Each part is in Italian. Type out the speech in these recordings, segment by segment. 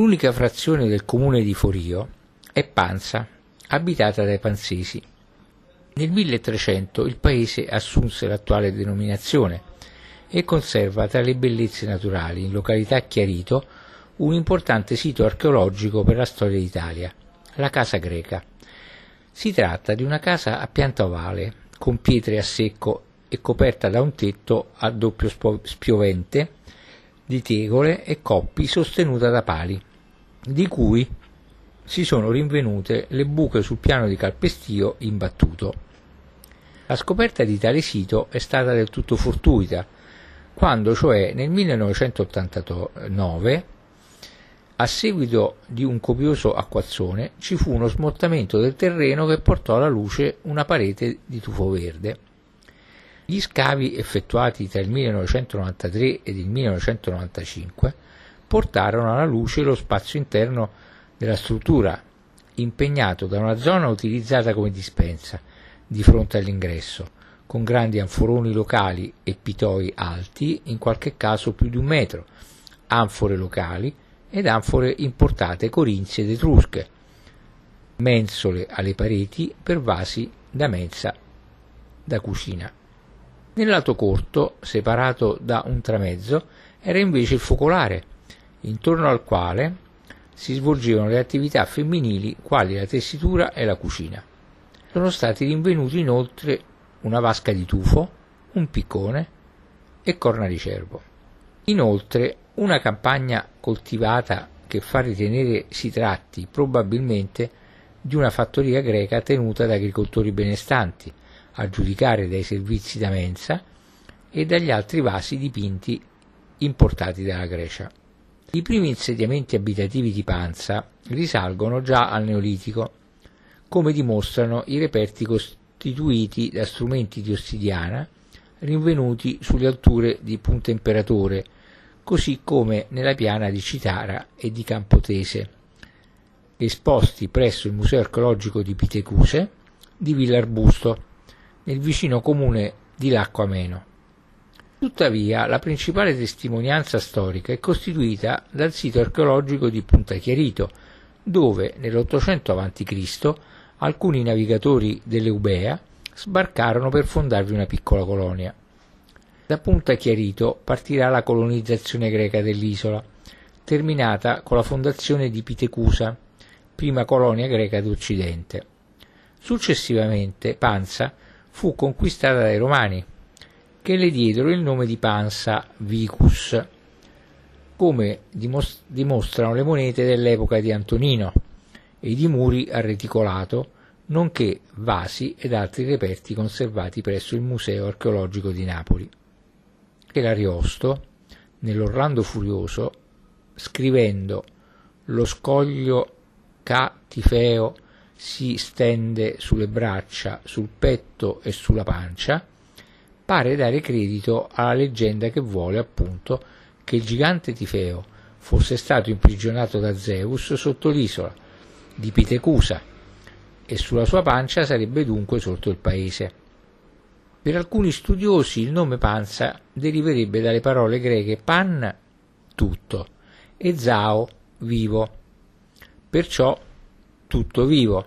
L'unica frazione del comune di Forio è Pansa, abitata dai Panzesi. Nel 1300 il paese assunse l'attuale denominazione e conserva tra le bellezze naturali, in località Chiarito, un importante sito archeologico per la storia d'Italia, la Casa Greca. Si tratta di una casa a pianta ovale, con pietre a secco e coperta da un tetto a doppio spiovente di tegole e coppi sostenuta da pali, di cui si sono rinvenute le buche sul piano di calpestio imbattuto. La scoperta di tale sito è stata del tutto fortuita, quando cioè nel 1989, a seguito di un copioso acquazzone, ci fu uno smottamento del terreno che portò alla luce una parete di tufo verde. Gli scavi effettuati tra il 1993 ed il 1995 portarono alla luce lo spazio interno della struttura, impegnato da una zona utilizzata come dispensa, di fronte all'ingresso, con grandi anforoni locali e pitoi alti, in qualche caso più di 1 metro, anfore locali ed anfore importate corinzie ed etrusche, mensole alle pareti per vasi da mensa da cucina. Nel lato corto, separato da un tramezzo, era invece il focolare, intorno al quale si svolgevano le attività femminili quali la tessitura e la cucina. Sono stati rinvenuti inoltre una vasca di tufo, un piccone e corna di cervo. Inoltre una campagna coltivata che fa ritenere si tratti probabilmente di una fattoria greca tenuta da agricoltori benestanti, a giudicare dai servizi da mensa e dagli altri vasi dipinti importati dalla Grecia. I primi insediamenti abitativi di Pansa risalgono già al Neolitico, come dimostrano i reperti costituiti da strumenti di ossidiana rinvenuti sulle alture di Punta Imperatore, così come nella piana di Citara e di Campotese, esposti presso il Museo archeologico di Pitecuse di Villarbusto, nel vicino comune di Lacco Ameno. Tuttavia, la principale testimonianza storica è costituita dal sito archeologico di Punta Chiarito, dove nell'800 a.C. alcuni navigatori dell'Eubea sbarcarono per fondarvi una piccola colonia. Da Punta Chiarito partirà la colonizzazione greca dell'isola, terminata con la fondazione di Pitecusa, prima colonia greca d'Occidente. Successivamente Pansa fu conquistata dai Romani, che le diedero il nome di Pansa Vicus, come dimostrano le monete dell'epoca di Antonino e i muri a reticolato, nonché vasi ed altri reperti conservati presso il Museo archeologico di Napoli. E l'Ariosto, nell'Orlando Furioso, scrivendo «Lo scoglio Ca Tifeo si stende sulle braccia, sul petto e sulla pancia», pare dare credito alla leggenda che vuole appunto che il gigante Tifeo fosse stato imprigionato da Zeus sotto l'isola di Pitecusa e sulla sua pancia sarebbe dunque sorto il paese. Per alcuni studiosi il nome Pansa deriverebbe dalle parole greche pan, tutto, e zao, vivo, perciò tutto vivo,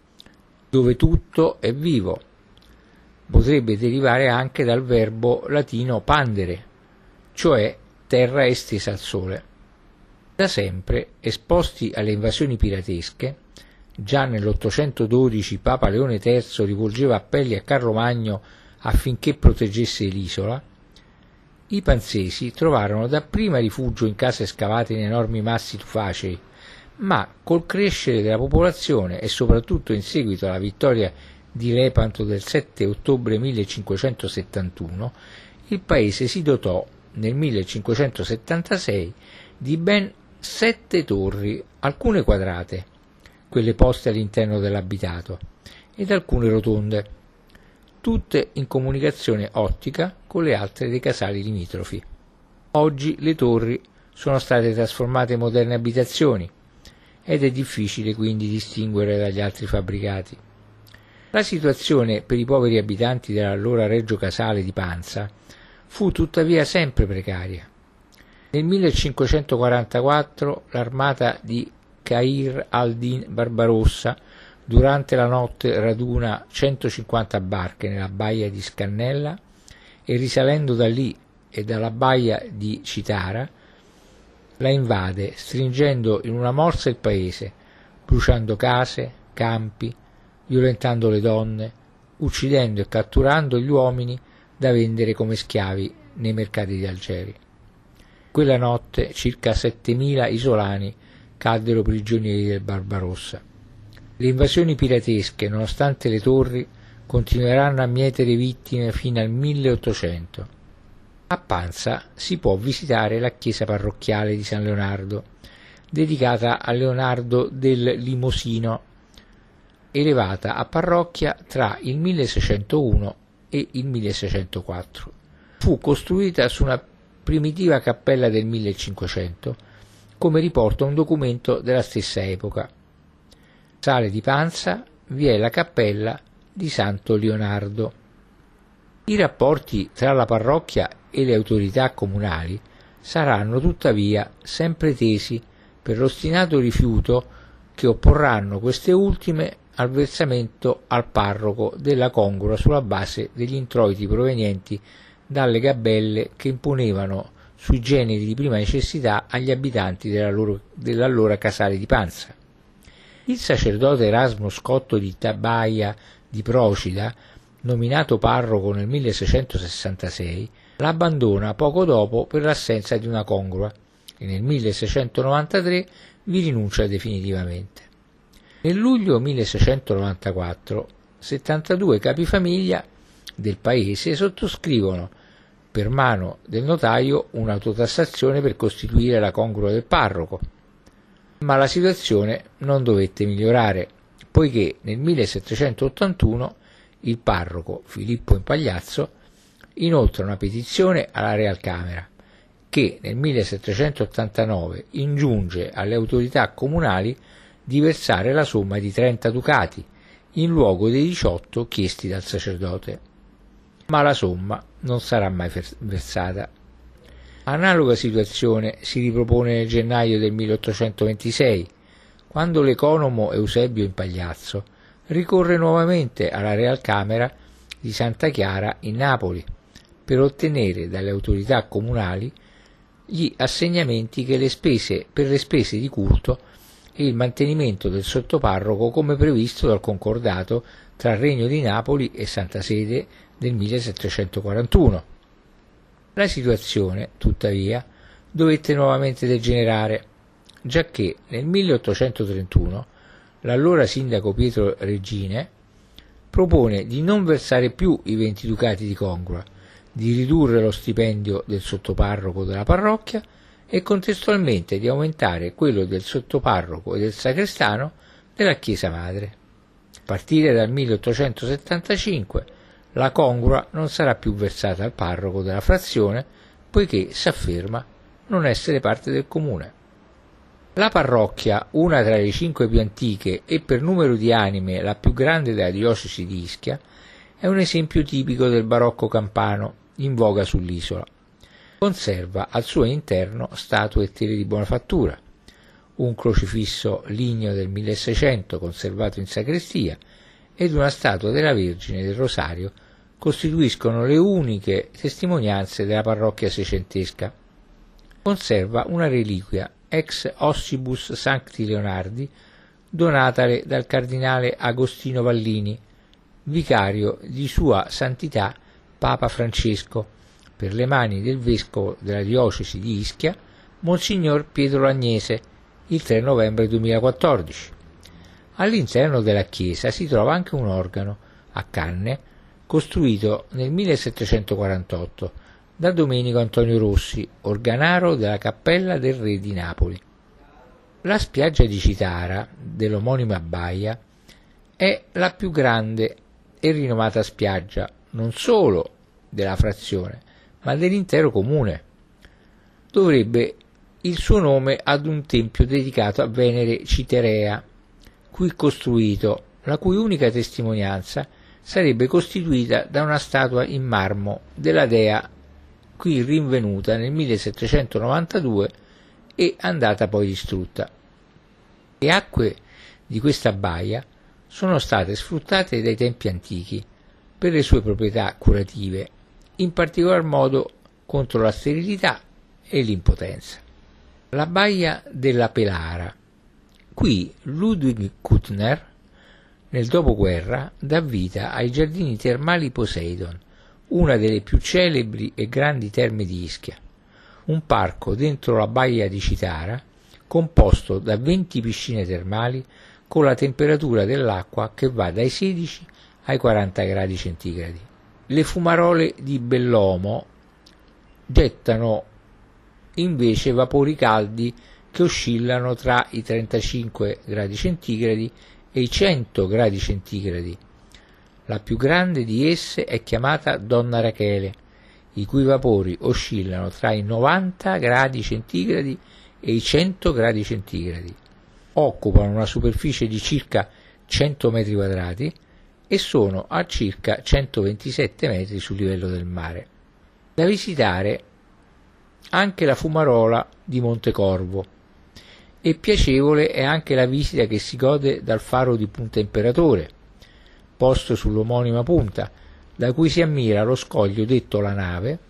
dove tutto è vivo. Potrebbe derivare anche dal verbo latino pandere, cioè terra estesa al sole. Da sempre, esposti alle invasioni piratesche, già nell'812 Papa Leone III rivolgeva appelli a Carlo Magno affinché proteggesse l'isola, i panzesi trovarono dapprima rifugio in case scavate in enormi massi tufacei, ma col crescere della popolazione e soprattutto in seguito alla vittoria di Lepanto del 7 ottobre 1571, il paese si dotò nel 1576 di ben 7 torri, alcune quadrate, quelle poste all'interno dell'abitato, ed alcune rotonde, tutte in comunicazione ottica con le altre dei casali limitrofi. Oggi le torri sono state trasformate in moderne abitazioni ed è difficile quindi distinguere dagli altri fabbricati. La situazione per i poveri abitanti dell'allora Reggio Casale di Pansa fu tuttavia sempre precaria. Nel 1544 l'armata di Khayr al-Din Barbarossa durante la notte raduna 150 barche nella baia di Scannella e risalendo da lì e dalla baia di Citara la invade, stringendo in una morsa il paese, bruciando case, campi, violentando le donne, uccidendo e catturando gli uomini da vendere come schiavi nei mercati di Algeri. Quella notte circa 7.000 isolani caddero prigionieri del Barbarossa. Le invasioni piratesche, nonostante le torri, continueranno a mietere vittime fino al 1800. A Pansa si può visitare la chiesa parrocchiale di San Leonardo, dedicata a Leonardo del Limosino, elevata a parrocchia tra il 1601 e il 1604. Fu costruita su una primitiva cappella del 1500, come riporta un documento della stessa epoca. Sale di Pansa vi è la cappella di Santo Leonardo. I rapporti tra la parrocchia e le autorità comunali saranno tuttavia sempre tesi per l'ostinato rifiuto che opporranno queste ultime al versamento al parroco della congrua sulla base degli introiti provenienti dalle gabelle che imponevano sui generi di prima necessità agli abitanti dell'allora casale di Pansa. Il sacerdote Erasmo Scotto di Tabaia di Procida, nominato parroco nel 1666, l'abbandona poco dopo per l'assenza di una congrua e nel 1693 vi rinuncia definitivamente. Nel luglio 1694 72 capifamiglia del paese sottoscrivono per mano del notaio un'autotassazione per costituire la congrua del parroco, ma la situazione non dovette migliorare, poiché nel 1781 il parroco Filippo Impagliazzo inoltra una petizione alla Real Camera che nel 1789 ingiunge alle autorità comunali di versare la somma di 30 ducati in luogo dei 18 chiesti dal sacerdote, ma la somma non sarà mai versata. Analoga situazione si ripropone nel gennaio del 1826, quando l'economo Eusebio Impagliazzo ricorre nuovamente alla Real Camera di Santa Chiara in Napoli per ottenere dalle autorità comunali gli assegnamenti per le spese di culto e il mantenimento del sottoparroco come previsto dal concordato tra il Regno di Napoli e Santa Sede del 1741. La situazione, tuttavia, dovette nuovamente degenerare, giacché nel 1831 l'allora sindaco Pietro Regine propone di non versare più i 20 ducati di congrua, di ridurre lo stipendio del sottoparroco della parrocchia e contestualmente di aumentare quello del sottoparroco e del sacrestano della chiesa madre. A partire dal 1875 la congrua non sarà più versata al parroco della frazione, poiché s'afferma non essere parte del comune. La parrocchia, una tra le 5 più antiche e per numero di anime la più grande della diocesi di Ischia, è un esempio tipico del barocco campano in voga sull'isola. Conserva al suo interno statue e tele di buona fattura, un crocifisso ligneo del 1600 conservato in sacrestia ed una statua della Vergine del Rosario costituiscono le uniche testimonianze della parrocchia seicentesca. Conserva una reliquia ex ossibus Sancti Leonardi donatale dal cardinale Agostino Vallini, vicario di Sua Santità Papa Francesco, per le mani del vescovo della diocesi di Ischia, Monsignor Pietro Agnese, il 3 novembre 2014. All'interno della chiesa si trova anche un organo a canne costruito nel 1748 da Domenico Antonio Rossi, organaro della Cappella del Re di Napoli. La spiaggia di Citara, dell'omonima baia, è la più grande e rinomata spiaggia non solo della frazione, ma dell'intero comune. Dovrebbe il suo nome ad un tempio dedicato a Venere Citerea, qui costruito, la cui unica testimonianza sarebbe costituita da una statua in marmo della dea qui rinvenuta nel 1792 e andata poi distrutta. Le acque di questa baia sono state sfruttate dai tempi antichi per le sue proprietà curative, in particolar modo contro la sterilità e l'impotenza. La baia della Pelara. Qui Ludwig Kuttner, nel dopoguerra, dà vita ai giardini termali Poseidon, una delle più celebri e grandi terme di Ischia, un parco dentro la baia di Citara, composto da 20 piscine termali con la temperatura dell'acqua che va dai 16 ai 40 gradi centigradi. Le fumarole di Bellomo gettano invece vapori caldi che oscillano tra i 35 gradi centigradi e i 100 gradi centigradi. La più grande di esse è chiamata Donna Rachele, i cui vapori oscillano tra i 90 gradi centigradi e i 100 gradi centigradi. Occupano una superficie di circa 100 metri quadrati e sono a circa 127 metri sul livello del mare. Da visitare anche la fumarola di Montecorvo, e piacevole è anche la visita che si gode dal faro di Punta Imperatore, posto sull'omonima punta, da cui si ammira lo scoglio detto la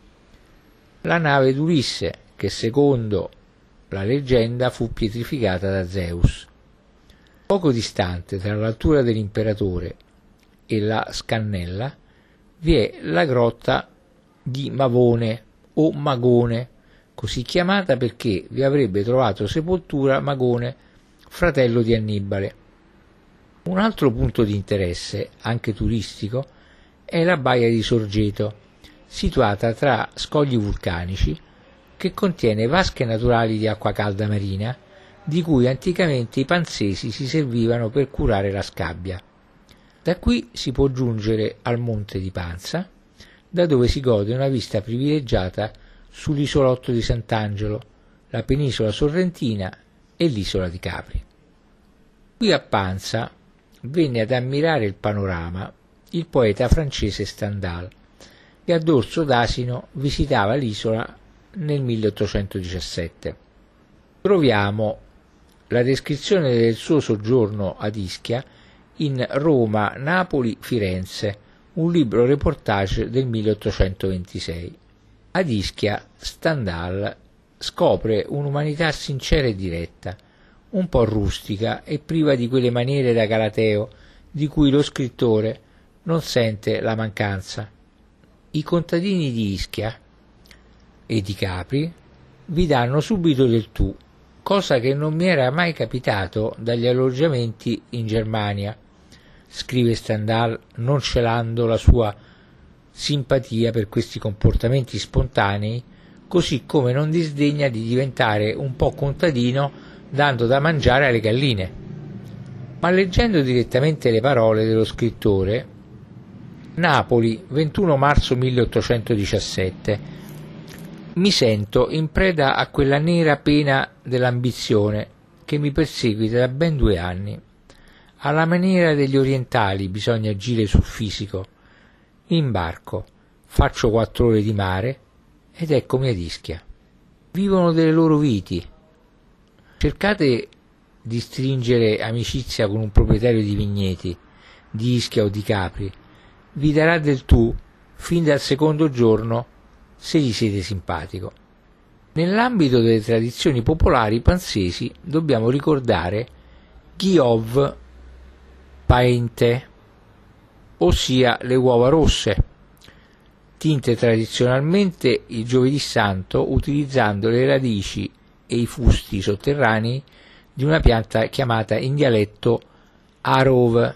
nave d'Ulisse, che secondo la leggenda fu pietrificata da Zeus. Poco distante tra l'altura dell'Imperatore e la Scannella vi è la grotta di Mavone o Magone, così chiamata perché vi avrebbe trovato sepoltura Magone, fratello di Annibale. Un altro punto di interesse, anche turistico, è la baia di Sorgeto, situata tra scogli vulcanici, che contiene vasche naturali di acqua calda marina, di cui anticamente i panzesi si servivano per curare la scabbia. Da qui si può giungere al monte di Panza, da dove si gode una vista privilegiata sull'isolotto di Sant'Angelo, la penisola sorrentina e l'isola di Capri. Qui a Panza venne ad ammirare il panorama il poeta francese Stendhal, che a dorso d'asino visitava l'isola nel 1817. Troviamo la descrizione del suo soggiorno ad Ischia in Roma, Napoli, Firenze, un libro reportage del 1826. Ad Ischia Stendhal scopre un'umanità sincera e diretta, un po' rustica e priva di quelle maniere da galateo di cui lo scrittore non sente la mancanza. I contadini di Ischia e di Capri vi danno subito del tu, cosa che non mi era mai capitato dagli alloggiamenti in Germania, scrive Stendhal, non celando la sua simpatia per questi comportamenti spontanei, così come non disdegna di diventare un po' contadino dando da mangiare alle galline. Ma leggendo direttamente le parole dello scrittore, Napoli, 21 marzo 1817, mi sento in preda a quella nera pena dell'ambizione che mi perseguita da ben 2 anni. Alla maniera degli orientali bisogna agire sul fisico. Imbarco, faccio 4 ore di mare ed eccomi ad Ischia. Vivono delle loro viti. Cercate di stringere amicizia con un proprietario di vigneti, di Ischia o di Capri. Vi darà del tu fin dal secondo giorno se gli siete simpatico. Nell'ambito delle tradizioni popolari panzesi dobbiamo ricordare Ghiov Paente, ossia le uova rosse, tinte tradizionalmente il giovedì santo utilizzando le radici e i fusti sotterranei di una pianta chiamata in dialetto Arov,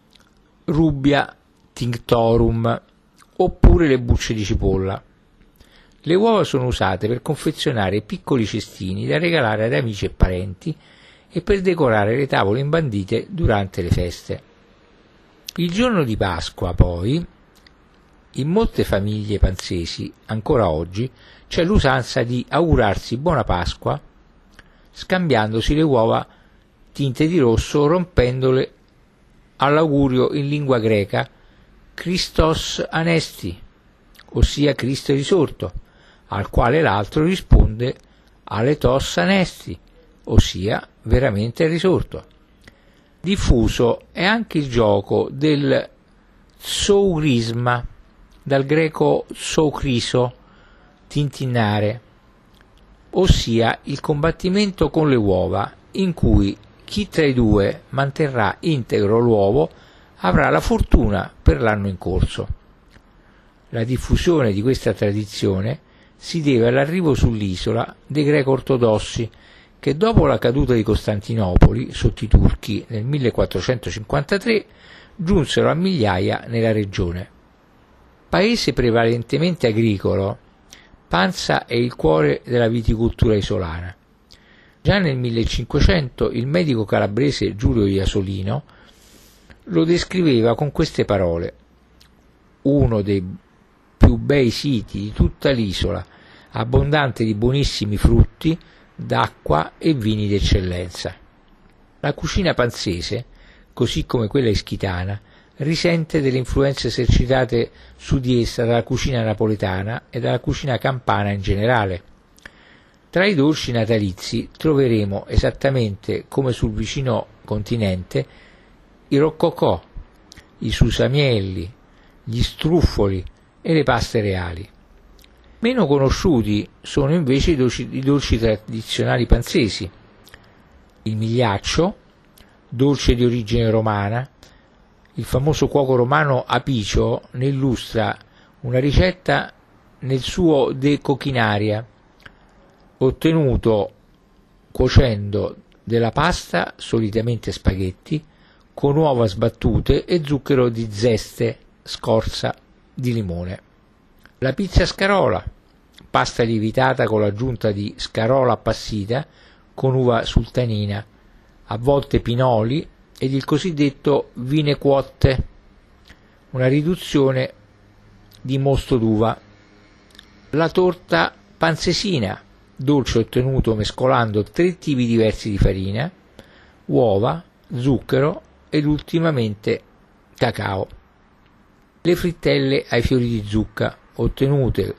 Rubia tinctorum, oppure le bucce di cipolla. Le uova sono usate per confezionare piccoli cestini da regalare ad amici e parenti e per decorare le tavole imbandite durante le feste. Il giorno di Pasqua, poi, in molte famiglie panzesi, ancora oggi, c'è l'usanza di augurarsi buona Pasqua scambiandosi le uova tinte di rosso, rompendole all'augurio in lingua greca Christos Anesti, ossia Cristo risorto, al quale l'altro risponde aletos anesti, ossia veramente è risorto. Diffuso è anche il gioco del zoukrisma, dal greco zoukriso, tintinnare, ossia il combattimento con le uova, in cui chi tra i due manterrà integro l'uovo avrà la fortuna per l'anno in corso. La diffusione di questa tradizione si deve all'arrivo sull'isola dei greco-ortodossi, che dopo la caduta di Costantinopoli sotto i turchi nel 1453 giunsero a migliaia nella regione. Paese prevalentemente agricolo, Pansa è il cuore della viticoltura isolana. Già nel 1500 il medico calabrese Giulio Iasolino lo descriveva con queste parole: uno dei più bei siti di tutta l'isola, abbondante di buonissimi frutti, d'acqua e vini d'eccellenza. La cucina panzese, così come quella ischitana, risente delle influenze esercitate su di essa dalla cucina napoletana e dalla cucina campana in generale. Tra i dolci natalizi troveremo, esattamente come sul vicino continente, i roccocò, i susamielli, gli struffoli e le paste reali. Meno conosciuti sono invece i dolci tradizionali panzesi. Il migliaccio, dolce di origine romana. Il famoso cuoco romano Apicio ne illustra una ricetta nel suo De Coquinaria, ottenuto cuocendo della pasta, solitamente spaghetti, con uova sbattute e zucchero di zeste, scorza di limone. La pizza scarola, pasta lievitata con l'aggiunta di scarola appassita con uva sultanina, a volte pinoli ed il cosiddetto vine cuotte, una riduzione di mosto d'uva. La torta panzesina, dolce ottenuto mescolando 3 tipi diversi di farina, uova, zucchero ed ultimamente cacao. Le frittelle ai fiori di zucca, ottenuta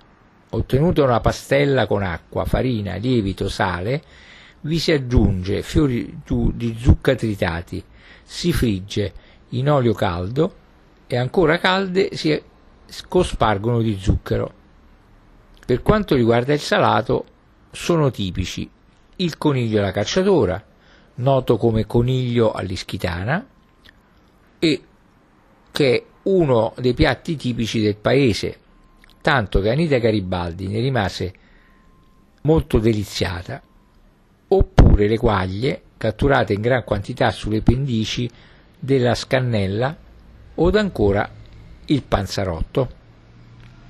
una pastella con acqua, farina, lievito, sale, vi si aggiunge fiori di zucca tritati, si frigge in olio caldo e ancora calde si cospargono di zucchero. Per quanto riguarda il salato, sono tipici il coniglio alla cacciatora, noto come coniglio all'ischitana, e che è uno dei piatti tipici del paese, tanto che Anita Garibaldi ne rimase molto deliziata, oppure le quaglie catturate in gran quantità sulle pendici della scannella, od ancora il panzarotto.